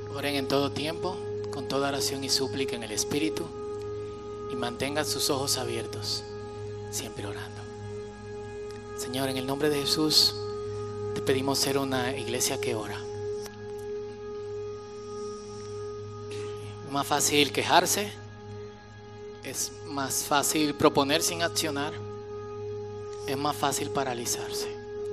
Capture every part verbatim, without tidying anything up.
Oren en todo tiempo, con toda oración y súplica en el Espíritu, y mantengan sus ojos abiertos, siempre orando. Señor, en el nombre de Jesús, te pedimos ser una iglesia que ora. Es más fácil quejarse, es más fácil proponer sin accionar, es más fácil paralizarse.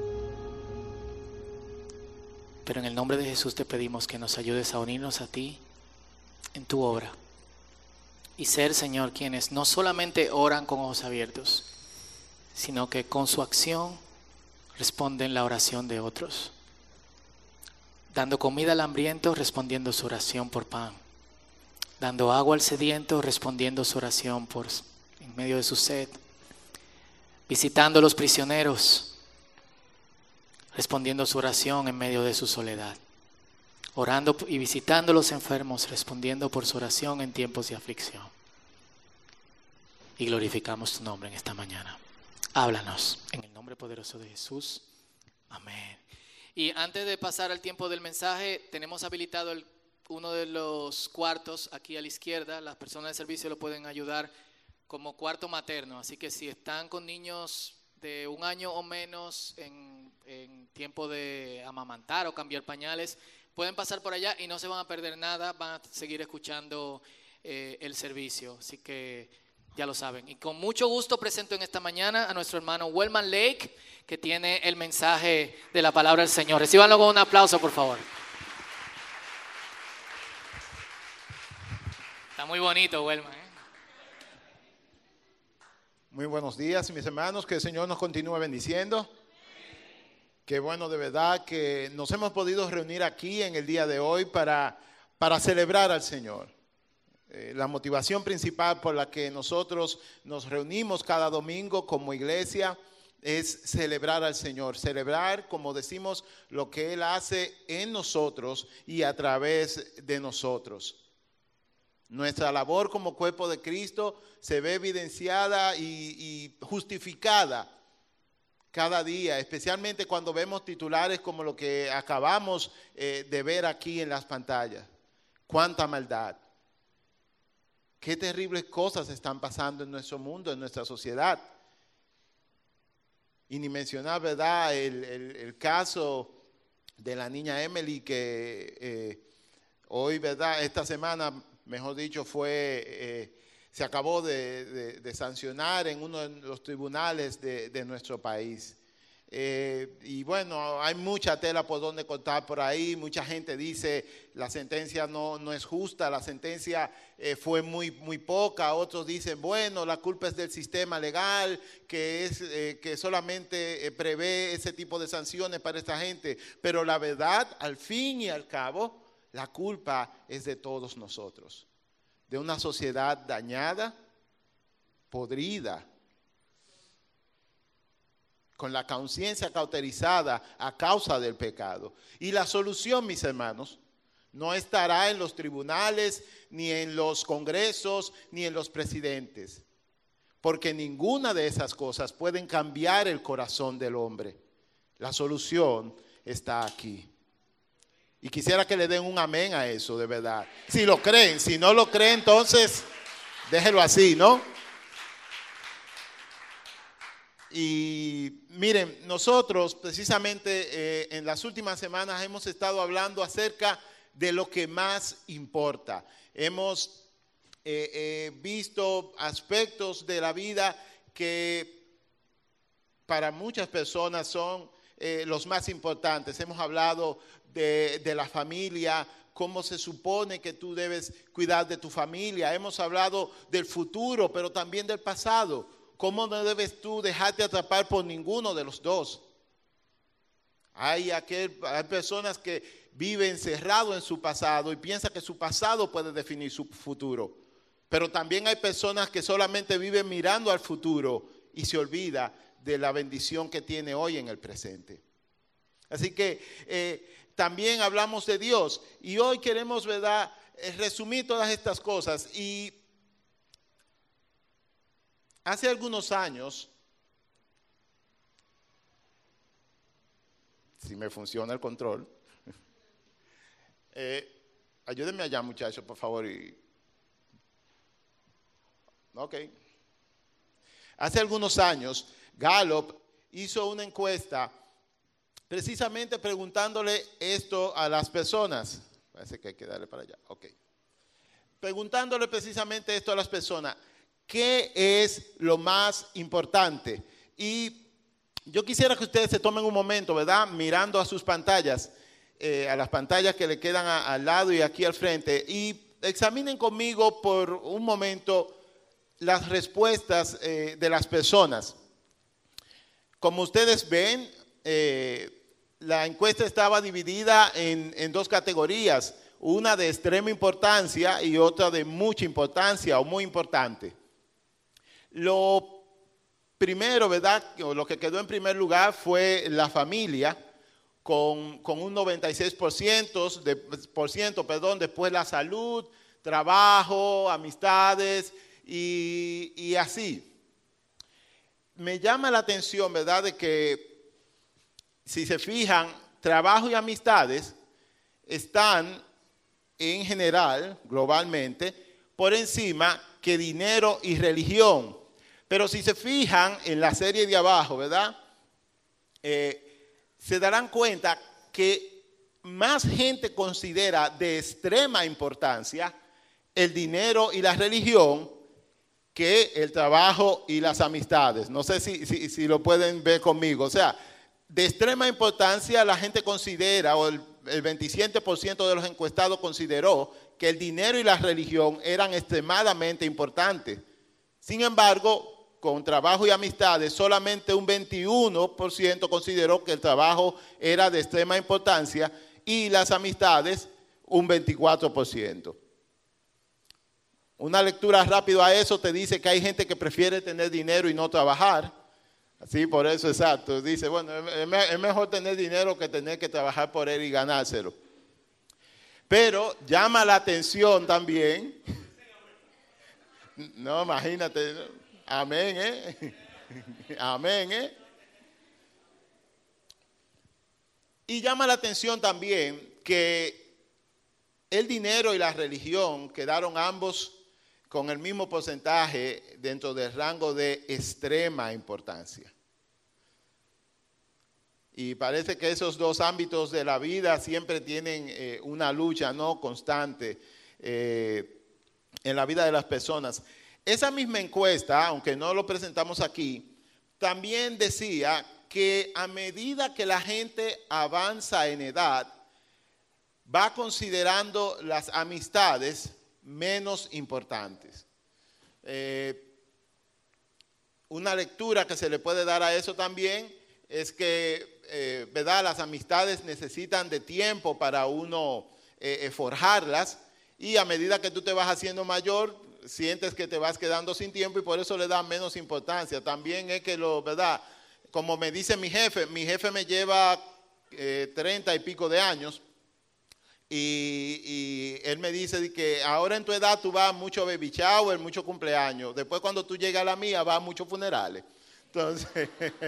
Pero en el nombre de Jesús te pedimos que nos ayudes a unirnos a ti en tu obra y ser, Señor, quienes no solamente oran con ojos abiertos, sino que con su acción responden la oración de otros, dando comida al hambriento, respondiendo su oración por pan, dando agua al sediento, respondiendo su oración por en medio de su sed, visitando a los prisioneros, respondiendo su oración en medio de su soledad, orando y visitando a los enfermos, respondiendo por su oración en tiempos de aflicción. Y glorificamos tu nombre en esta mañana. Háblanos en el nombre poderoso de Jesús. Amén. Y antes de pasar al tiempo del mensaje, tenemos habilitado el, uno de los cuartos aquí a la izquierda. Las personas de servicio lo pueden ayudar como cuarto materno. Así que si están con niños de un año o menos en, en tiempo de amamantar o cambiar pañales, pueden pasar por allá y no se van a perder nada, van a seguir escuchando eh, el servicio, así que ya lo saben. Y con mucho gusto presento en esta mañana a nuestro hermano Wellman Lake, que tiene el mensaje de la palabra del Señor. Recíbanlo con un aplauso, por favor. Está muy bonito, Wellman, ¿eh? Muy buenos días, mis hermanos, que el Señor nos continúe bendiciendo. Qué bueno de verdad que nos hemos podido reunir aquí en el día de hoy para, para celebrar al Señor. Eh, la motivación principal por la que nosotros nos reunimos cada domingo como iglesia es celebrar al Señor, celebrar, como decimos, lo que Él hace en nosotros y a través de nosotros. Nuestra labor como cuerpo de Cristo se ve evidenciada y, y justificada cada día, especialmente cuando vemos titulares como lo que acabamos eh, de ver aquí en las pantallas. ¡Cuánta maldad! ¡Qué terribles cosas están pasando en nuestro mundo, en nuestra sociedad! Y ni mencionar, ¿verdad?, el, el, el caso de la niña Emily que eh, hoy, ¿verdad?, esta semana, mejor dicho, fue, eh, se acabó de, de, de sancionar en uno de los tribunales de, de nuestro país. Eh, y bueno, hay mucha tela por donde cortar por ahí. Mucha gente dice la sentencia no, no es justa, la sentencia eh, fue muy, muy poca. Otros dicen, bueno, la culpa es del sistema legal, que, es, eh, que solamente eh, prevé ese tipo de sanciones para esta gente. Pero la verdad, al fin y al cabo, la culpa es de todos nosotros, de una sociedad dañada, podrida, con la conciencia cauterizada a causa del pecado. Y la solución, mis hermanos, no estará en los tribunales, ni en los congresos, ni en los presidentes, porque ninguna de esas cosas pueden cambiar el corazón del hombre. La solución está aquí. Y quisiera que le den un amén a eso, de verdad. Si lo creen, si no lo creen, entonces déjelo así, ¿no? Y miren, nosotros precisamente eh, en las últimas semanas hemos estado hablando acerca de lo que más importa. Hemos eh, eh, visto aspectos de la vida que para muchas personas son eh, los más importantes. Hemos hablado de, de la familia, cómo se supone que tú debes cuidar de tu familia. Hemos hablado del futuro, pero también del pasado. ¿Cómo no debes tú dejarte atrapar por ninguno de los dos? Hay, aquel, hay personas que viven cerrados en su pasado y piensan que su pasado puede definir su futuro. Pero también hay personas que solamente viven mirando al futuro y se olvida de la bendición que tiene hoy en el presente. Así que eh, también hablamos de Dios y hoy queremos, ¿verdad?, resumir todas estas cosas. Y hace algunos años, si me funciona el control, eh, Ayúdenme allá, muchachos, por favor. Y... Ok. Hace algunos años, Gallup hizo una encuesta precisamente preguntándole esto a las personas. Parece que hay que darle para allá. Ok. Preguntándole precisamente esto a las personas. ¿Qué es lo más importante? Y yo quisiera que ustedes se tomen un momento, ¿verdad? Mirando a sus pantallas, eh, a las pantallas que le quedan a, al lado y aquí al frente, y examinen conmigo por un momento las respuestas eh, de las personas. Como ustedes ven, eh, la encuesta estaba dividida en, en dos categorías, una de extrema importancia y otra de mucha importancia o muy importante. Lo primero, ¿verdad? Lo que quedó en primer lugar fue la familia, con, con un noventa y seis por ciento, de, por ciento, perdón, después la salud, trabajo, amistades y, y así. Me llama la atención, ¿verdad?, de que si se fijan, trabajo y amistades están en general, globalmente, por encima que dinero y religión. Pero si se fijan en la serie de abajo, ¿verdad?, Eh, se darán cuenta que más gente considera de extrema importancia el dinero y la religión que el trabajo y las amistades. No sé si, si, si lo pueden ver conmigo. O sea, de extrema importancia la gente considera, o el, el veintisiete por ciento de los encuestados consideró que el dinero y la religión eran extremadamente importantes. Sin embargo, con trabajo y amistades, solamente un veintiuno por ciento consideró que el trabajo era de extrema importancia y las amistades un veinticuatro por ciento. Una lectura rápida a eso te dice que hay gente que prefiere tener dinero y no trabajar. Así, por eso, exacto. Dice, bueno, es mejor tener dinero que tener que trabajar por él y ganárselo. Pero llama la atención también. No, imagínate, ¿no? Amén, ¿eh? Amén, ¿eh? Y llama la atención también que el dinero y la religión quedaron ambos con el mismo porcentaje dentro del rango de extrema importancia. Y parece que esos dos ámbitos de la vida siempre tienen eh, una lucha no constante eh, en la vida de las personas. Esa misma encuesta, aunque no lo presentamos aquí, también decía que a medida que la gente avanza en edad, va considerando las amistades menos importantes. Eh, una lectura que se le puede dar a eso también es que, eh, ¿verdad?, las amistades necesitan de tiempo para uno eh, forjarlas, y a medida que tú te vas haciendo mayor, sientes que te vas quedando sin tiempo y por eso le da menos importancia. También es que, lo, ¿verdad?, como me dice mi jefe, mi jefe me lleva eh, treinta y pico de años y, y él me dice que ahora en tu edad tú vas mucho baby shower, mucho cumpleaños. Después cuando tú llegas a la mía vas a muchos funerales. Entonces,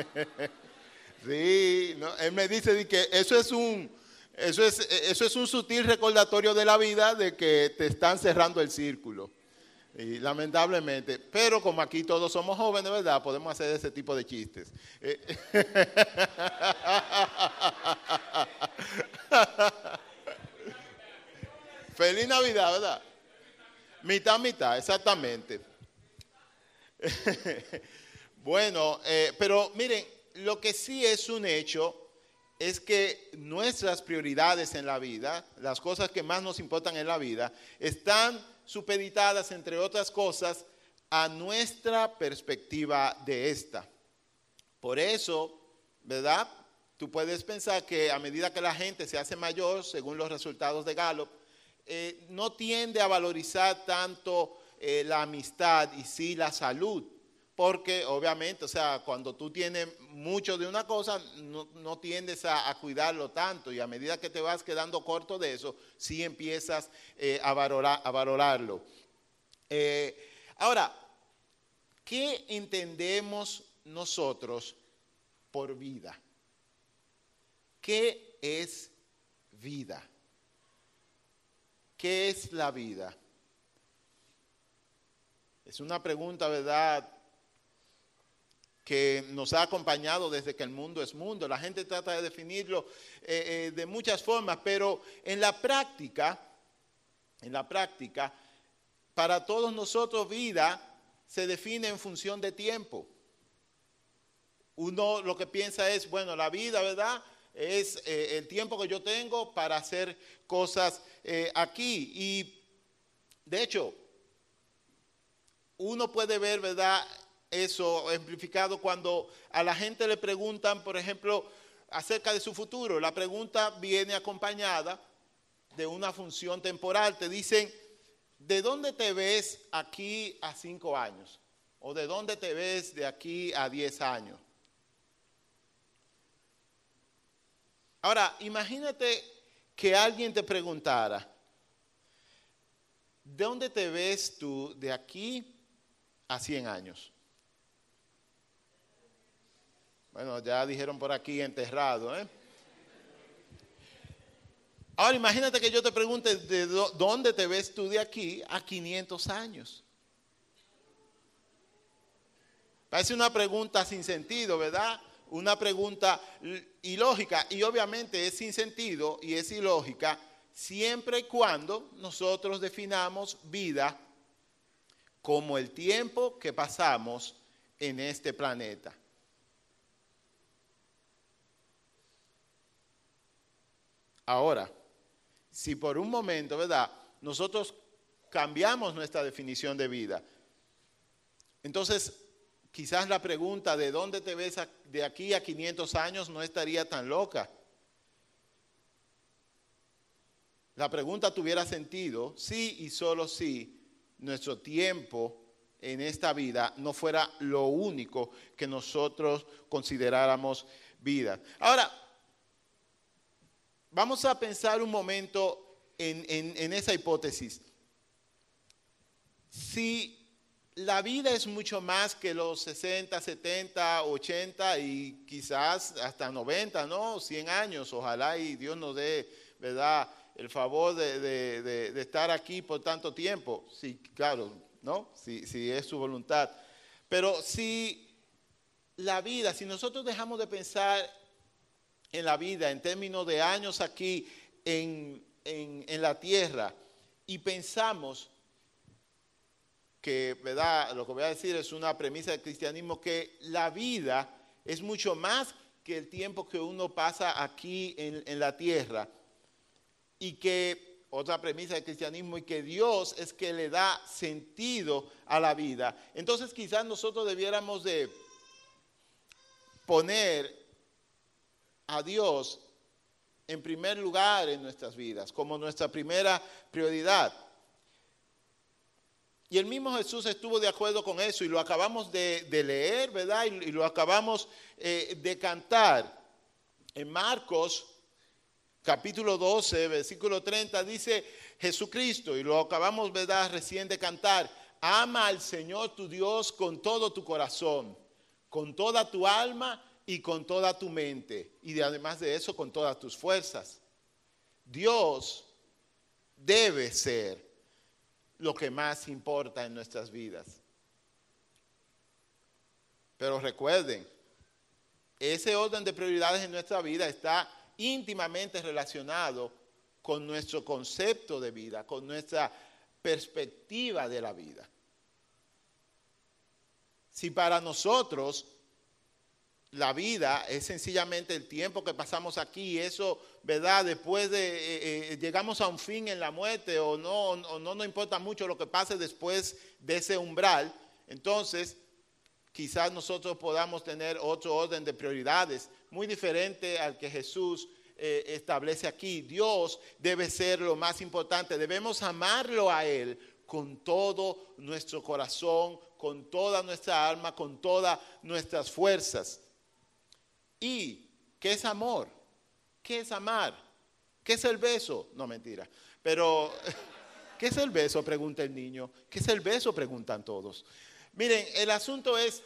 sí, ¿no? Él me dice que eso es un... Eso es, eso es un sutil recordatorio de la vida de que te están cerrando el círculo. Y lamentablemente, pero como aquí todos somos jóvenes, ¿verdad?, podemos hacer ese tipo de chistes. Feliz Navidad, ¿verdad? Mitad, mitad, exactamente. Bueno, eh, pero miren, lo que sí es un hecho es que nuestras prioridades en la vida, las cosas que más nos importan en la vida, están supeditadas, entre otras cosas, a nuestra perspectiva de esta. Por eso, ¿verdad?, tú puedes pensar que a medida que la gente se hace mayor, según los resultados de Gallup, eh, no tiende a valorizar tanto eh, la amistad y sí la salud. Porque obviamente, o sea, cuando tú tienes mucho de una cosa, no, no tiendes a, a cuidarlo tanto, y a medida que te vas quedando corto de eso, sí empiezas eh, a, valorar, a valorarlo. Eh, ahora, ¿qué entendemos nosotros por vida? ¿Qué es vida? ¿Qué ¿qué es la vida? Es una pregunta, ¿verdad?, que nos ha acompañado desde que el mundo es mundo. La gente trata de definirlo eh, eh, de muchas formas, pero en la práctica, en la práctica, para todos nosotros vida se define en función de tiempo. Uno lo que piensa es, bueno, la vida, ¿verdad?, es eh, el tiempo que yo tengo para hacer cosas eh, aquí. Y de hecho, uno puede ver, ¿verdad?, eso ejemplificado cuando a la gente le preguntan, por ejemplo, acerca de su futuro. La pregunta viene acompañada de una función temporal. Te dicen, ¿de dónde te ves aquí a cinco años? ¿O de dónde te ves de aquí a diez años? Ahora, imagínate que alguien te preguntara, ¿de dónde te ves tú de aquí a cien años? Bueno, ya dijeron por aquí enterrado, ¿eh? Ahora imagínate que yo te pregunte, ¿de dónde te ves tú de aquí a quinientos años? Parece una pregunta sin sentido, ¿verdad? Una pregunta ilógica, y obviamente es sin sentido y es ilógica siempre y cuando nosotros definamos vida como el tiempo que pasamos en este planeta. Ahora, si por un momento, ¿verdad?, nosotros cambiamos nuestra definición de vida, entonces quizás la pregunta de dónde te ves de aquí a quinientos años no estaría tan loca. La pregunta tuviera sentido si y solo si nuestro tiempo en esta vida no fuera lo único que nosotros consideráramos vida. Ahora, vamos a pensar un momento en, en, en esa hipótesis. Si la vida es mucho más que los sesenta, setenta, ochenta y quizás hasta noventa, ¿no? cien años, ojalá y Dios nos dé, ¿verdad?, el favor de, de, de, de estar aquí por tanto tiempo. Sí, claro, ¿no? Si, si es su voluntad. Pero si la vida, si nosotros dejamos de pensar en la vida en términos de años aquí en, en, en la tierra y pensamos que, ¿verdad?, lo que voy a decir es una premisa del cristianismo, que la vida es mucho más que el tiempo que uno pasa aquí en, en la tierra, y que, otra premisa del cristianismo, y que Dios es que le da sentido a la vida. Entonces quizás nosotros debiéramos de poner a Dios en primer lugar en nuestras vidas, como nuestra primera prioridad. Y el mismo Jesús estuvo de acuerdo con eso, y lo acabamos de, de leer, ¿verdad? Y, y lo acabamos eh, de cantar. En Marcos, capítulo doce, versículo treinta, dice Jesucristo, y lo acabamos, ¿verdad?, recién de cantar: ama al Señor tu Dios con todo tu corazón, con toda tu alma y con toda tu mente, y además de eso, con todas tus fuerzas. Dios debe ser lo que más importa en nuestras vidas. Pero recuerden, ese orden de prioridades en nuestra vida está íntimamente relacionado con nuestro concepto de vida, con nuestra perspectiva de la vida. Si para nosotros la vida es sencillamente el tiempo que pasamos aquí, eso, ¿verdad?, después de eh, eh, llegamos a un fin en la muerte, o no, o no nos importa mucho lo que pase después de ese umbral, entonces quizás nosotros podamos tener otro orden de prioridades muy diferente al que Jesús eh, establece aquí. Dios debe ser lo más importante, debemos amarlo a Él con todo nuestro corazón, con toda nuestra alma, con todas nuestras fuerzas. ¿Y qué es amor? ¿Qué es amar? ¿Qué es el beso? No, mentira. Pero, ¿qué es el beso?, pregunta el niño. ¿Qué es el beso?, preguntan todos. Miren, el asunto es,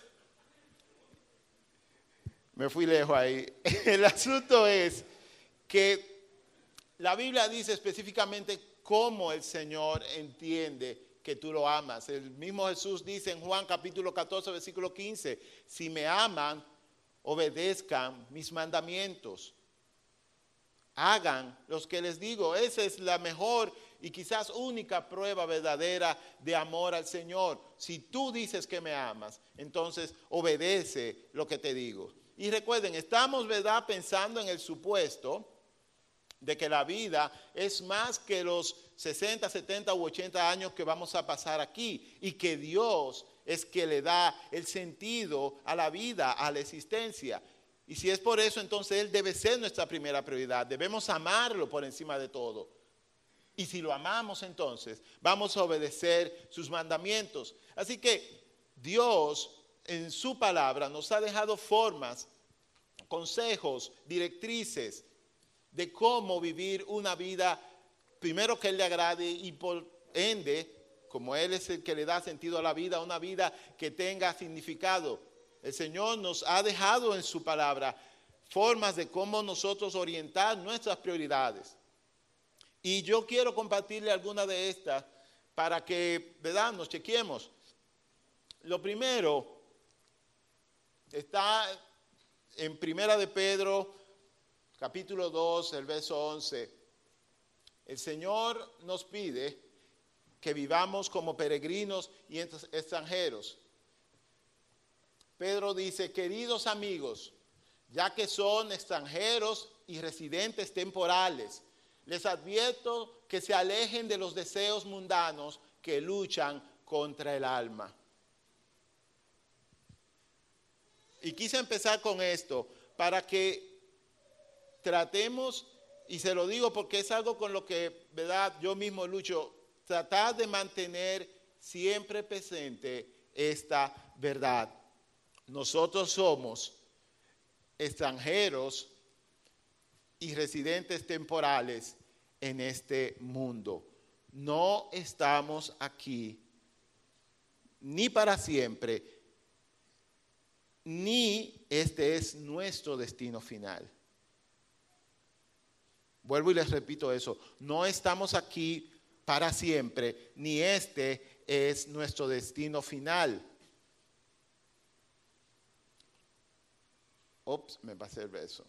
me fui lejos ahí, el asunto es que la Biblia dice específicamente cómo el Señor entiende que tú lo amas. El mismo Jesús dice en Juan capítulo catorce, versículo quince, si me aman, obedezcan mis mandamientos. Hagan los que les digo. Esa es la mejor y quizás única prueba verdadera de amor al Señor. Si tú dices que me amas, entonces obedece lo que te digo. Y recuerden, estamos, ¿verdad?, pensando en el supuesto de que la vida es más que los sesenta, setenta u ochenta años que vamos a pasar aquí y que Dios es que le da el sentido a la vida, a la existencia. Y si es por eso, entonces Él debe ser nuestra primera prioridad. Debemos amarlo por encima de todo. Y si lo amamos, entonces vamos a obedecer sus mandamientos. Así que Dios en su palabra nos ha dejado formas, consejos, directrices de cómo vivir una vida, primero que Él le agrade y por ende, como Él es el que le da sentido a la vida, una vida que tenga significado. El Señor nos ha dejado en su palabra formas de cómo nosotros orientar nuestras prioridades. Y yo quiero compartirle algunas de estas para que, ¿verdad?, nos chequeemos. Lo primero está en Primera de Pedro, capítulo dos, el verso once. El Señor nos pide que vivamos como peregrinos y extranjeros. Pedro dice, queridos amigos, ya que son extranjeros y residentes temporales, les advierto que se alejen de los deseos mundanos que luchan contra el alma. Y quise empezar con esto para que tratemos, y se lo digo porque es algo con lo que, ¿verdad?, yo mismo lucho, tratar de mantener siempre presente esta verdad. Nosotros somos extranjeros y residentes temporales en este mundo. No estamos aquí ni para siempre, ni este es nuestro destino final. Vuelvo y les repito eso, no estamos aquí para siempre, ni este es nuestro destino final. Ups, me pasé el verso.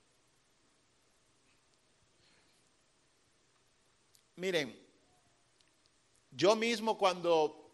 Miren, yo mismo cuando,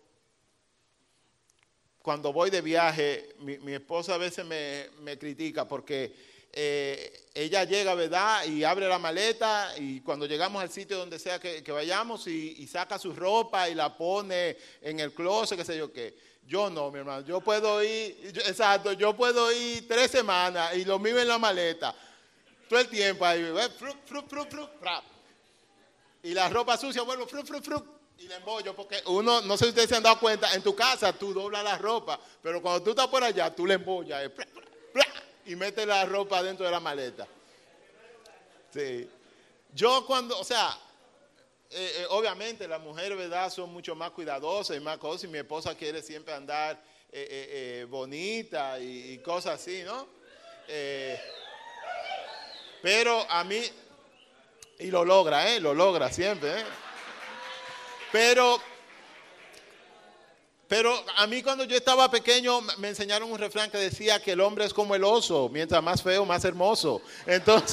cuando voy de viaje, mi, mi esposa a veces me, me critica porque eh, ella llega, ¿verdad?, y abre la maleta y cuando llegamos al sitio donde sea que, que vayamos y, y saca su ropa y la pone en el closet, qué sé yo qué. Yo no, mi hermano, yo puedo ir, yo, exacto, yo puedo ir tres semanas y lo mismo en la maleta. Todo el tiempo ahí, fru, fru, fru, fru, fra. Y la ropa sucia, vuelvo, fru, fru, fru, y la embollo, porque uno, no sé si ustedes se han dado cuenta, en tu casa tú doblas la ropa, pero cuando tú estás por allá, tú la embollas, eh, fra, fra, fra, y metes la ropa dentro de la maleta. Sí. Yo cuando, o sea, eh, eh, obviamente las mujeres, ¿verdad?, son mucho más cuidadosas y más cosas, y mi esposa quiere siempre andar eh, eh, eh, bonita y, y cosas así, ¿no? Eh, pero a mí... Y lo logra, ¿eh? Lo logra siempre, ¿eh? Pero, pero a mí cuando yo estaba pequeño me enseñaron un refrán que decía que el hombre es como el oso, mientras más feo, más hermoso. Entonces,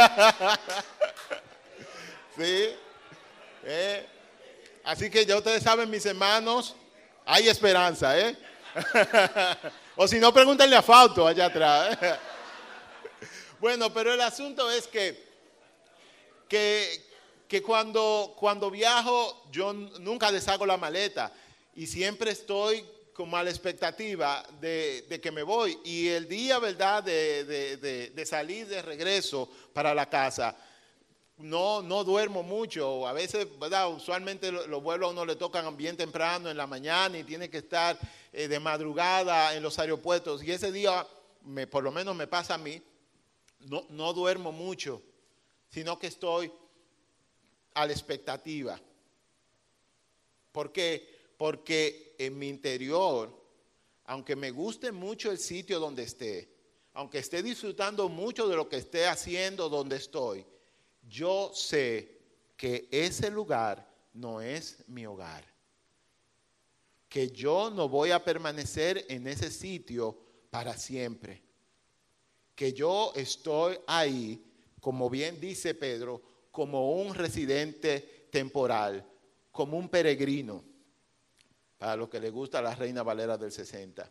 sí. ¿Eh? Así que ya ustedes saben, mis hermanos, hay esperanza, ¿eh? O si no, pregúntenle a Fausto allá atrás, ¿eh? Bueno, pero el asunto es que Que, que cuando, cuando viajo yo nunca deshago la maleta y siempre estoy como a la expectativa de, de que me voy. Y el día, ¿verdad?, de, de, de, de salir de regreso para la casa, no, no duermo mucho. A veces, ¿verdad?, usualmente los vuelos a uno le tocan bien temprano en la mañana y tiene que estar eh, de madrugada en los aeropuertos. Y ese día, me, por lo menos me pasa a mí, no, no duermo mucho, sino que estoy a la expectativa. ¿Por qué? Porque en mi interior, aunque me guste mucho el sitio donde esté, aunque esté disfrutando mucho de lo que esté haciendo donde estoy, yo sé que ese lugar no es mi hogar. Que yo no voy a permanecer en ese sitio para siempre. Que yo estoy ahí, como bien dice Pedro, como un residente temporal, como un peregrino, para los que les gusta la Reina Valera del sesenta.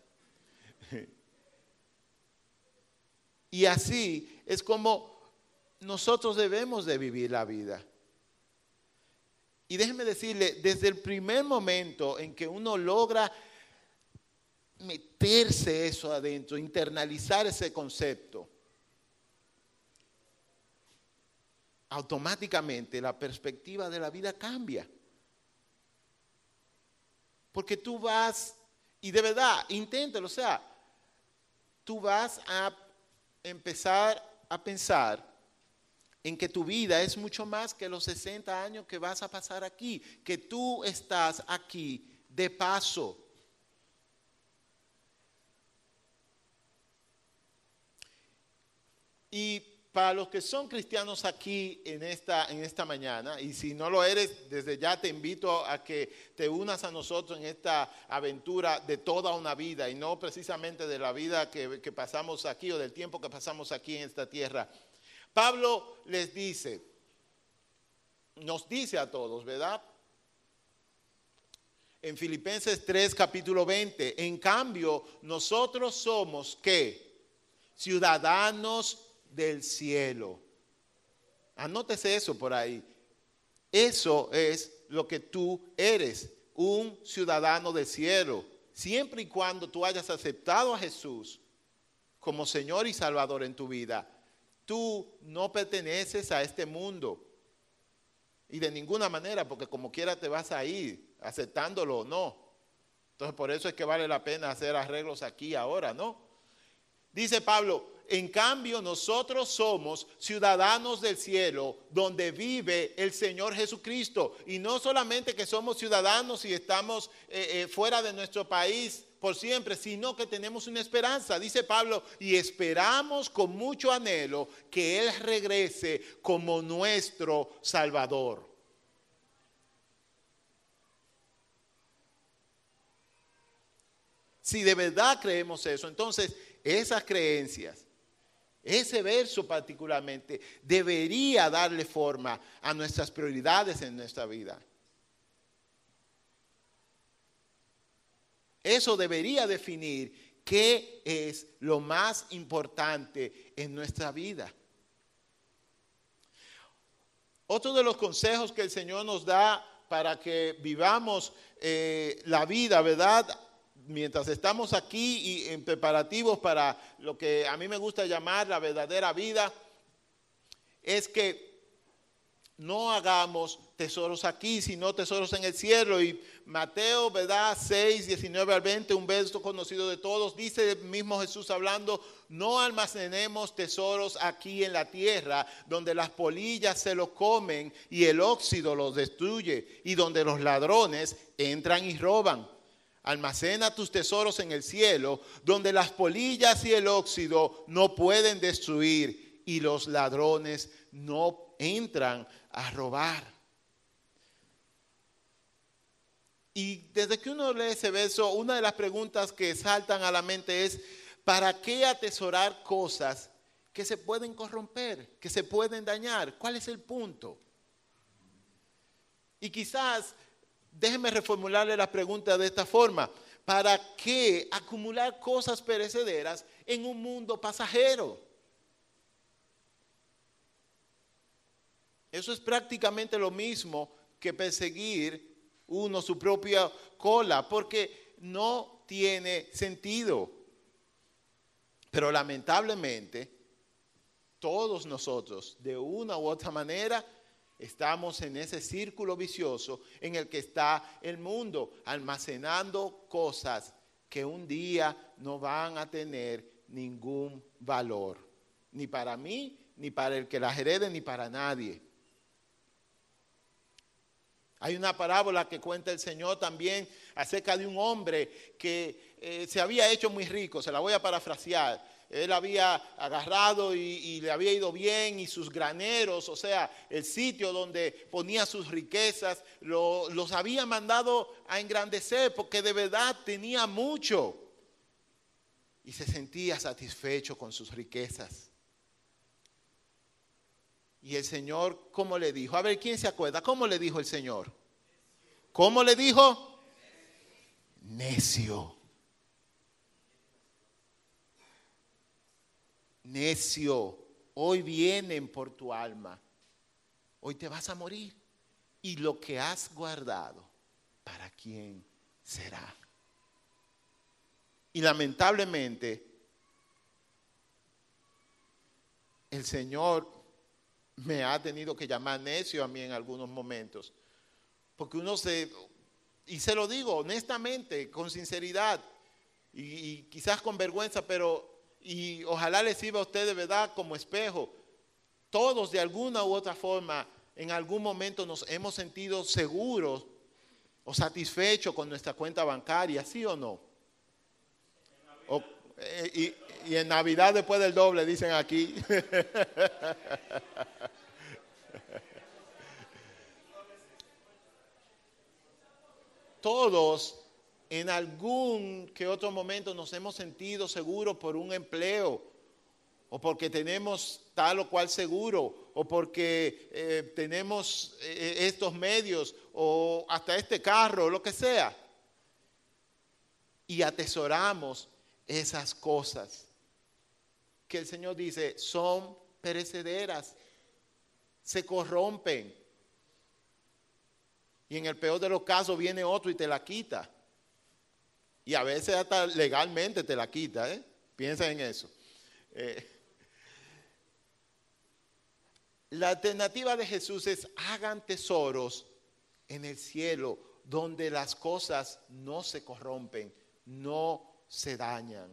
Y así es como nosotros debemos de vivir la vida. Y déjenme decirle, desde el primer momento en que uno logra meterse eso adentro, internalizar ese concepto, automáticamente la perspectiva de la vida cambia. Porque tú vas, y de verdad, inténtalo, o sea, tú vas a empezar a pensar en que tu vida es mucho más que los sesenta años que vas a pasar aquí, que tú estás aquí de paso. Y para los que son cristianos aquí en esta, en esta mañana, y si no lo eres, desde ya te invito a que te unas a nosotros en esta aventura de toda una vida, y no precisamente de la vida que, que pasamos aquí o del tiempo que pasamos aquí en esta tierra. Pablo les dice, nos dice a todos, ¿verdad? En Filipenses tres, capítulo veinte, en cambio, nosotros somos, ¿qué? Ciudadanos del cielo. Anótese eso por ahí. Eso es lo que tú eres, un ciudadano del cielo. Siempre y cuando tú hayas aceptado a Jesús como Señor y Salvador en tu vida, tú no perteneces a este mundo. Y de ninguna manera, porque como quiera te vas a ir, aceptándolo o no. Entonces por eso es que vale la pena hacer arreglos aquí ahora, ¿no? Dice Pablo, en cambio nosotros somos ciudadanos del cielo, donde vive el Señor Jesucristo. Y no solamente que somos ciudadanos y estamos eh, eh, fuera de nuestro país por siempre, sino que tenemos una esperanza. Dice Pablo, y esperamos con mucho anhelo que Él regrese como nuestro Salvador. Si de verdad creemos eso, entonces esas creencias, ese verso particularmente, debería darle forma a nuestras prioridades en nuestra vida. Eso debería definir qué es lo más importante en nuestra vida. Otro de los consejos que el Señor nos da para que vivamos eh, la vida, ¿verdad?, mientras estamos aquí y en preparativos para lo que a mí me gusta llamar la verdadera vida, es que no hagamos tesoros aquí, sino tesoros en el cielo. Y Mateo, ¿verdad?, seis, diecinueve al veinte, un verso conocido de todos, dice el mismo Jesús hablando, no almacenemos tesoros aquí en la tierra, donde las polillas se los comen y el óxido los destruye, y donde los ladrones entran y roban. Almacena tus tesoros en el cielo, donde las polillas y el óxido no pueden destruir y los ladrones no entran a robar. Y desde que uno lee ese verso, una de las preguntas que saltan a la mente es, ¿para qué atesorar cosas que se pueden corromper, que se pueden dañar? ¿Cuál es el punto? Y quizás déjenme reformularle la pregunta de esta forma. ¿Para qué acumular cosas perecederas en un mundo pasajero? Eso es prácticamente lo mismo que perseguir uno su propia cola, porque no tiene sentido. Pero lamentablemente, todos nosotros, de una u otra manera, estamos en ese círculo vicioso en el que está el mundo, almacenando cosas que un día no van a tener ningún valor, ni para mí, ni para el que las herede, ni para nadie. Hay una parábola que cuenta el Señor también acerca de un hombre que eh, se había hecho muy rico, se la voy a parafrasear. él había agarrado y, y le había ido bien, y sus graneros, o sea, el sitio donde ponía sus riquezas, lo, los había mandado a engrandecer porque de verdad tenía mucho. Y se sentía satisfecho con sus riquezas. Y el Señor, ¿cómo le dijo? A ver, ¿quién se acuerda? ¿Cómo le dijo el Señor? ¿Cómo le dijo? Necio. Necio, hoy vienen por tu alma. Hoy te vas a morir. Y lo que has guardado, ¿para quién será? Y lamentablemente, el Señor me ha tenido que llamar necio a mí en algunos momentos. Porque uno se, y se lo digo honestamente, con sinceridad, y, y quizás con vergüenza, pero, y ojalá les sirva a usted de verdad como espejo. Todos de alguna u otra forma, en algún momento nos hemos sentido seguros o satisfechos con nuestra cuenta bancaria, ¿sí o no? O, eh, y, y en Navidad después del doble, dicen aquí. Todos en algún que otro momento nos hemos sentido seguros por un empleo, o porque tenemos tal o cual seguro, o porque eh, tenemos eh, estos medios, o hasta este carro, lo que sea. Y atesoramos esas cosas que el Señor dice son perecederas, se corrompen. Y en el peor de los casos viene otro y te la quita. Y a veces hasta legalmente te la quita, ¿eh? Piensa en eso. Eh, la alternativa de Jesús es: hagan tesoros en el cielo, donde las cosas no se corrompen, no se dañan.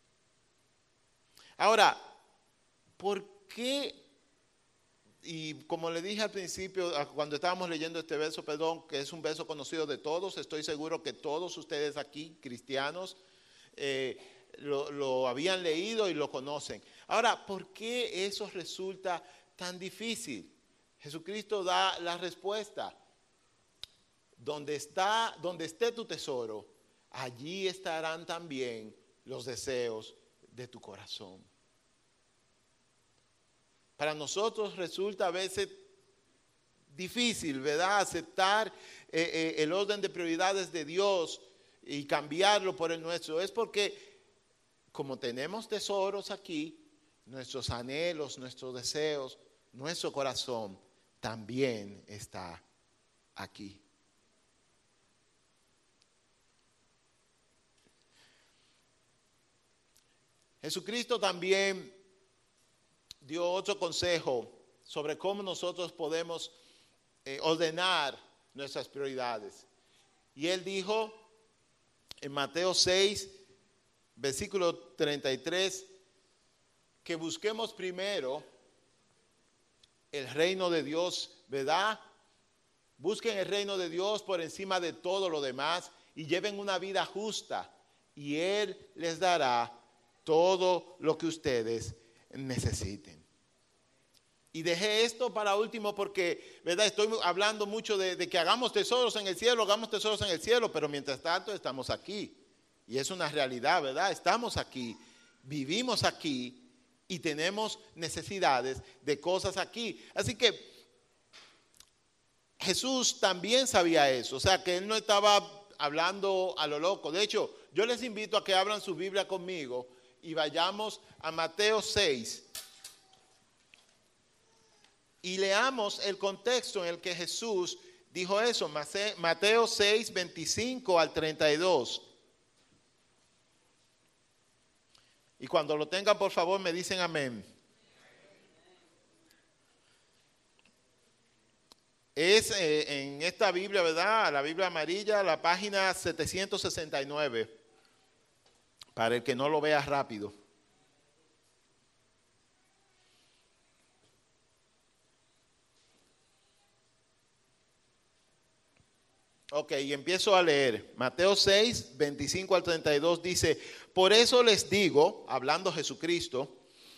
Ahora, ¿por qué? Y como le dije al principio, cuando estábamos leyendo este verso, perdón, que es un verso conocido de todos, estoy seguro que todos ustedes aquí, cristianos, eh, lo, lo habían leído y lo conocen. Ahora, ¿por qué eso resulta tan difícil? Jesucristo da la respuesta. Donde está, donde esté tu tesoro, allí estarán también los deseos de tu corazón. Para nosotros resulta a veces difícil, ¿verdad?, aceptar eh, eh, el orden de prioridades de Dios y cambiarlo por el nuestro. Es porque, como tenemos tesoros aquí, nuestros anhelos, nuestros deseos, nuestro corazón también está aquí. Jesucristo también dio otro consejo sobre cómo nosotros podemos eh, ordenar nuestras prioridades. Y él dijo en Mateo seis, versículo treinta y tres, que busquemos primero el reino de Dios, ¿verdad? Busquen el reino de Dios por encima de todo lo demás y lleven una vida justa, y Él les dará todo lo que ustedes necesiten. Y dejé esto para último porque, ¿verdad?, estoy hablando mucho de, de que hagamos tesoros en el cielo, hagamos tesoros en el cielo, pero mientras tanto estamos aquí. Y es una realidad, ¿verdad? Estamos aquí, vivimos aquí y tenemos necesidades de cosas aquí. Así que Jesús también sabía eso, o sea que Él no estaba hablando a lo loco. De hecho, yo les invito a que abran su Biblia conmigo y vayamos a Mateo seis y leamos el contexto en el que Jesús dijo eso. Mateo seis, veinticinco al treinta y dos. Y cuando lo tengan, por favor, me dicen amén. Es eh, en esta Biblia, ¿verdad?, la Biblia amarilla, la página setecientos sesenta y nueve, para el que no lo vea rápido. Ok, y empiezo a leer. Mateo seis, veinticinco al treinta y dos dice, por eso les digo, hablando Jesucristo,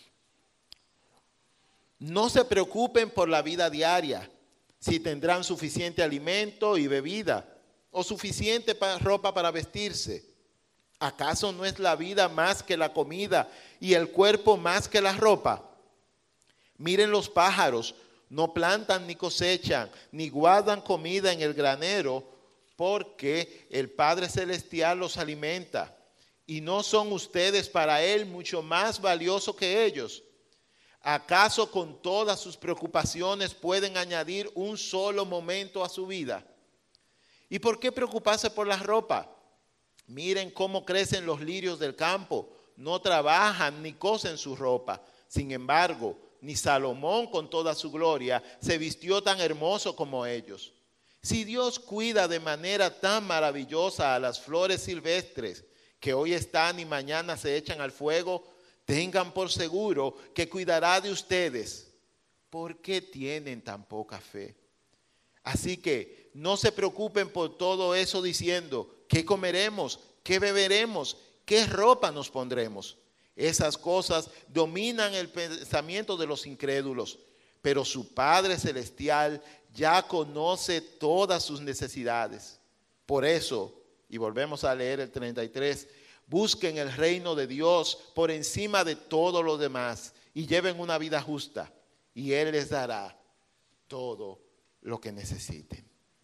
no se preocupen por la vida diaria, si tendrán suficiente alimento y bebida, o suficiente pa- ropa para vestirse. ¿Acaso no es la vida más que la comida y el cuerpo más que la ropa? Miren los pájaros, no plantan ni cosechan, ni guardan comida en el granero, porque el Padre Celestial los alimenta. ¿Y no son ustedes para Él mucho más valiosos que ellos? ¿Acaso con todas sus preocupaciones pueden añadir un solo momento a su vida? ¿Y por qué preocuparse por la ropa? Miren cómo crecen los lirios del campo, no trabajan ni cosen su ropa. Sin embargo, ni Salomón con toda su gloria se vistió tan hermoso como ellos. Si Dios cuida de manera tan maravillosa a las flores silvestres, que hoy están y mañana se echan al fuego, tengan por seguro que cuidará de ustedes. ¿Por qué tienen tan poca fe? Así que no se preocupen por todo eso diciendo, ¿qué comeremos? ¿Qué beberemos? ¿Qué ropa nos pondremos? Esas cosas dominan el pensamiento de los incrédulos, pero su Padre Celestial ya conoce todas sus necesidades. Por eso, y volvemos a leer el treinta y tres, busquen el reino de Dios por encima de todo lo demás y lleven una vida justa, y Él les dará todo lo que necesiten.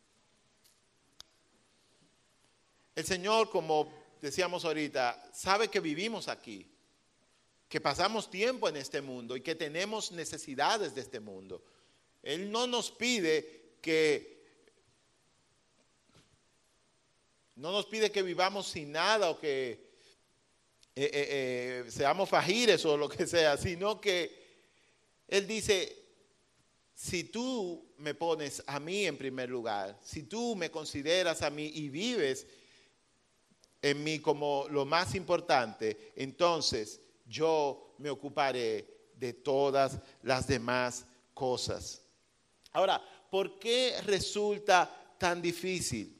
El Señor, como decíamos ahorita, sabe que vivimos aquí, que pasamos tiempo en este mundo y que tenemos necesidades de este mundo. Él no nos pide que no nos pide que vivamos sin nada o que eh, eh, eh, seamos fajires o lo que sea, sino que Él dice, si tú me pones a mí en primer lugar, si tú me consideras a mí y vives en mí como lo más importante, entonces yo me ocuparé de todas las demás cosas. Ahora, ¿por qué resulta tan difícil?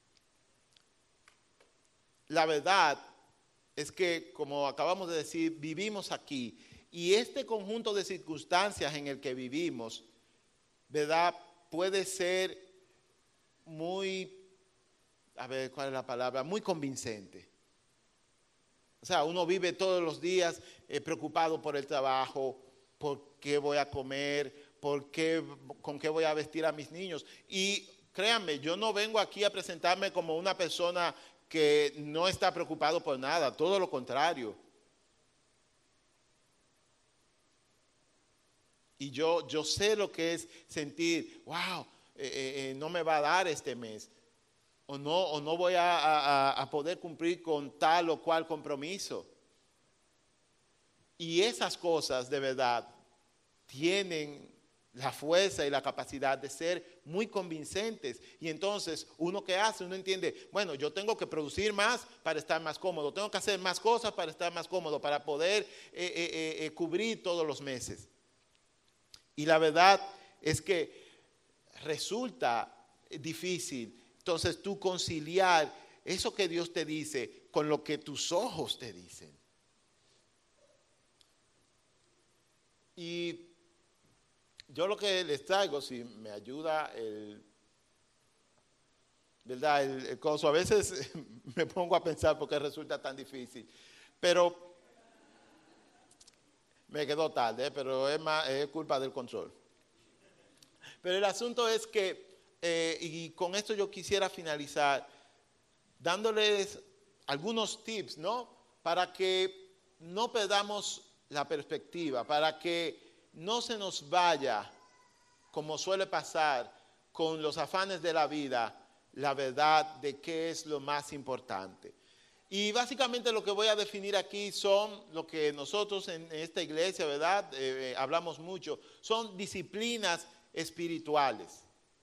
La verdad es que, como acabamos de decir, vivimos aquí y este conjunto de circunstancias en el que vivimos, ¿verdad? Puede ser muy, a ver, ¿cuál es la palabra? Muy convincente. O sea, uno vive todos los días eh, preocupado por el trabajo, por qué voy a comer, por qué, con qué voy a vestir a mis niños. Y créanme, yo no vengo aquí a presentarme como una persona que no está preocupado por nada, todo lo contrario. Y yo, yo sé lo que es sentir, wow, eh, eh, no me va a dar este mes. O no, o no voy a, a, a poder cumplir con tal o cual compromiso. Y esas cosas de verdad tienen la fuerza y la capacidad de ser muy convincentes. Y entonces, ¿uno qué hace? Uno entiende, bueno, yo tengo que producir más para estar más cómodo, tengo que hacer más cosas para estar más cómodo, para poder eh, eh, eh, cubrir todos los meses. Y la verdad es que resulta difícil. Entonces tú conciliar eso que Dios te dice con lo que tus ojos te dicen. Y yo lo que les traigo, si me ayuda el, ¿verdad? El, el coso, a veces me pongo a pensar por qué resulta tan difícil, pero me quedó tarde, pero es, más, es culpa del control. Pero el asunto es que Eh, y con esto yo quisiera finalizar dándoles algunos tips, ¿no? Para que no perdamos la perspectiva, para que no se nos vaya, como suele pasar con los afanes de la vida, la verdad de qué es lo más importante. Y básicamente lo que voy a definir aquí son lo que nosotros en esta iglesia, ¿verdad? Eh, eh, hablamos mucho, son disciplinas espirituales.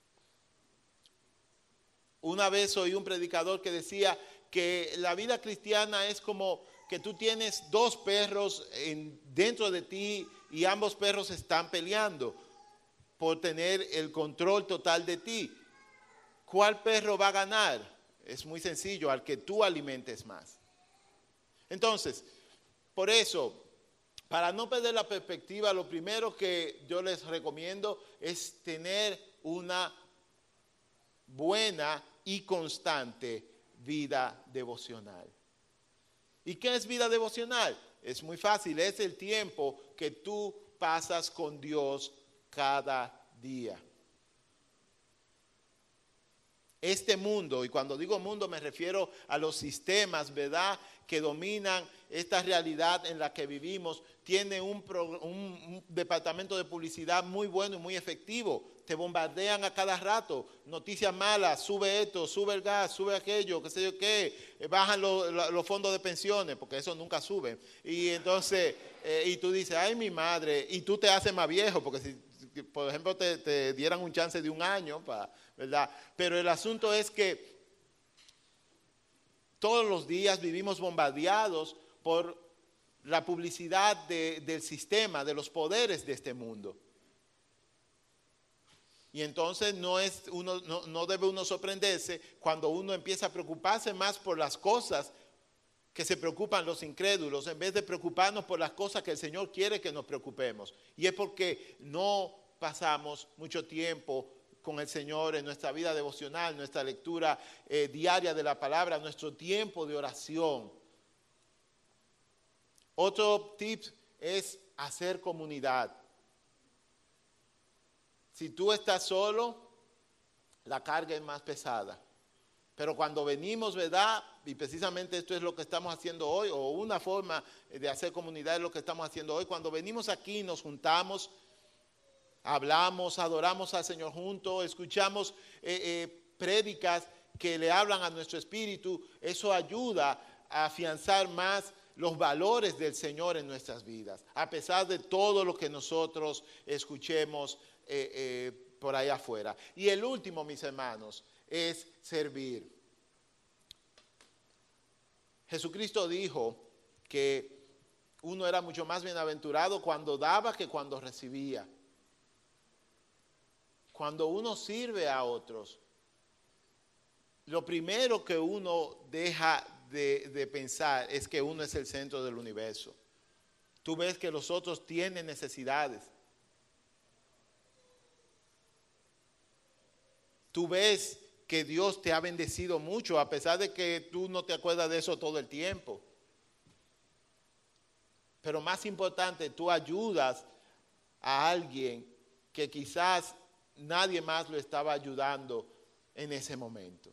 Una vez oí un predicador que decía que la vida cristiana es como que tú tienes dos perros en, dentro de ti y ambos perros están peleando por tener el control total de ti. ¿cuál perro va a ganar? Es muy sencillo, al que tú alimentes más. Entonces, por eso, para no perder la perspectiva, lo primero que yo les recomiendo es tener una buena y constante vida devocional. ¿Y qué es vida devocional? Es muy fácil, es el tiempo que tú pasas con Dios cada día. Este mundo, y cuando digo mundo me refiero a los sistemas, ¿verdad?, que dominan esta realidad en la que vivimos, tiene un, pro, un, un departamento de publicidad muy bueno y muy efectivo. Te bombardean a cada rato, noticias malas, sube esto, sube el gas, sube aquello, qué sé yo qué, bajan los, los fondos de pensiones, porque eso nunca sube. Y entonces, eh, y tú dices, ay mi madre, y tú te haces más viejo, porque si, por ejemplo, te, te dieran un chance de un año, para, ¿verdad? Pero el asunto es que todos los días vivimos bombardeados por la publicidad de, del sistema, de los poderes de este mundo. Y entonces no, es uno, no, no debe uno sorprenderse cuando uno empieza a preocuparse más por las cosas que se preocupan los incrédulos, en vez de preocuparnos por las cosas que el Señor quiere que nos preocupemos. Y es porque no pasamos mucho tiempo con el Señor en nuestra vida devocional, nuestra lectura eh, diaria de la palabra, nuestro tiempo de oración. Otro tip es hacer comunidad. Si tú estás solo, la carga es más pesada. Pero cuando venimos, ¿verdad? Y precisamente esto es lo que estamos haciendo hoy, o una forma de hacer comunidad es lo que estamos haciendo hoy. Cuando venimos aquí, nos juntamos, hablamos, adoramos al Señor juntos, escuchamos eh, eh, prédicas que le hablan a nuestro espíritu. Eso ayuda a afianzar más los valores del Señor en nuestras vidas, a pesar de todo lo que nosotros escuchemos eh, eh, por ahí afuera. Y el último, mis hermanos, es servir. Jesucristo dijo que uno era mucho más bienaventurado cuando daba que cuando recibía. Cuando uno sirve a otros, lo primero que uno deja de, de pensar es que uno es el centro del universo. Tú ves que los otros tienen necesidades. Tú ves que Dios te ha bendecido mucho, a pesar de que tú no te acuerdas de eso todo el tiempo. Pero más importante, tú ayudas a alguien que quizás nadie más lo estaba ayudando en ese momento.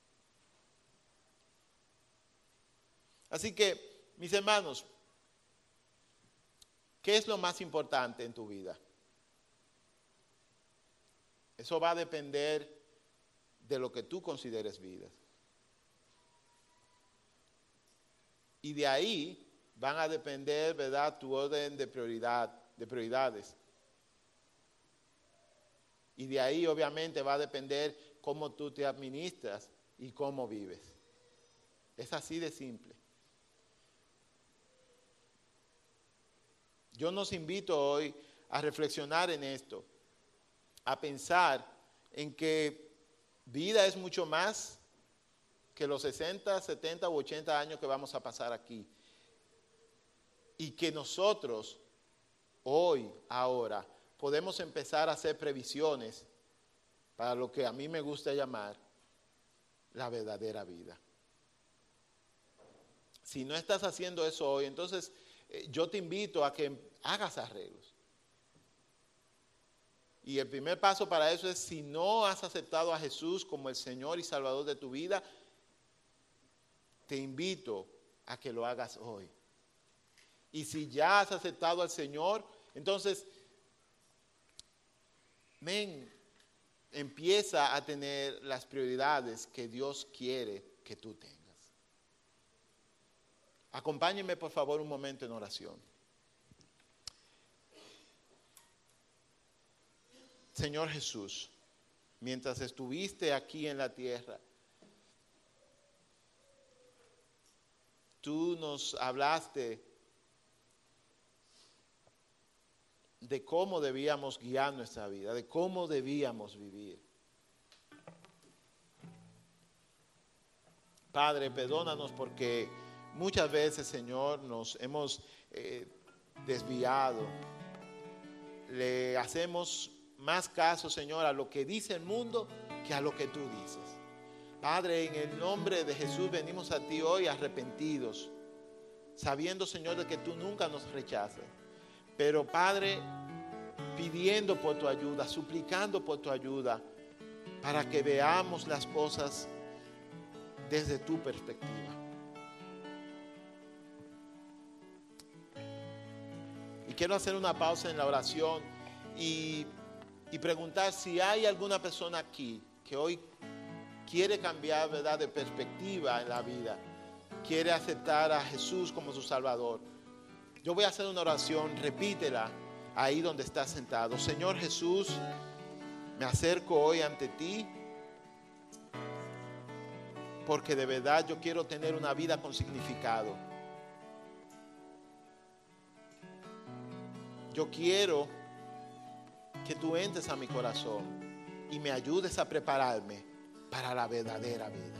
Así que, mis hermanos, ¿qué es lo más importante en tu vida? Eso va a depender de lo que tú consideres vida. Y de ahí van a depender, ¿verdad?, tu orden de prioridad, de prioridades. Y de ahí obviamente va a depender cómo tú te administras y cómo vives. Es así de simple. Yo nos invito hoy a reflexionar en esto, a pensar en que vida es mucho más que los sesenta, setenta u ochenta años que vamos a pasar aquí. Y que nosotros, hoy, ahora, podemos empezar a hacer previsiones para lo que a mí me gusta llamar la verdadera vida. Si no estás haciendo eso hoy, entonces eh, yo te invito a que hagas arreglos. Y el primer paso para eso es, si no has aceptado a Jesús como el Señor y Salvador de tu vida, te invito a que lo hagas hoy. Y si ya has aceptado al Señor, entonces, men, empieza a tener las prioridades que Dios quiere que tú tengas. Acompáñenme por favor un momento en oración. Señor Jesús, mientras estuviste aquí en la tierra, tú nos hablaste de cómo debíamos guiar nuestra vida, de cómo debíamos vivir. Padre, perdónanos porque muchas veces, Señor, nos hemos eh, desviado. Le hacemos más caso, Señor, a lo que dice el mundo que a lo que tú dices. Padre, en el nombre de Jesús venimos a ti hoy arrepentidos, sabiendo, Señor, de que tú nunca nos rechazas. Pero, Padre, pidiendo por tu ayuda, suplicando por tu ayuda, para que veamos las cosas desde tu perspectiva. Y quiero hacer una pausa en la oración y, y preguntar si hay alguna persona aquí que hoy quiere cambiar, ¿verdad?, de perspectiva en la vida, quiere aceptar a Jesús como su Salvador. Yo voy a hacer una oración, repítela ahí donde estás sentado. Señor Jesús, me acerco hoy ante ti porque de verdad yo quiero tener una vida con significado. Yo quiero que tú entres a mi corazón y me ayudes a prepararme para la verdadera vida.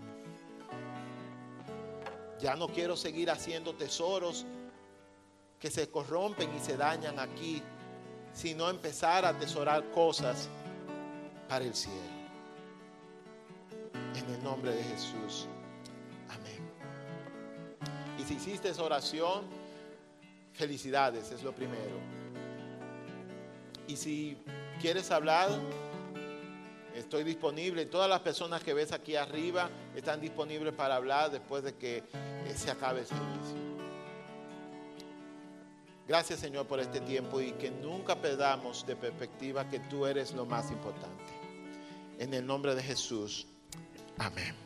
Ya no quiero seguir haciendo tesoros que se corrompen y se dañan aquí, sino empezar a atesorar cosas para el cielo. En el nombre de Jesús. Amén. Y si hiciste esa oración, felicidades, es lo primero. Y si quieres hablar, estoy disponible. Todas las personas que ves aquí arriba están disponibles para hablar después de que se acabe el servicio. Gracias, Señor, por este tiempo y que nunca perdamos de perspectiva que tú eres lo más importante. En el nombre de Jesús. Amén.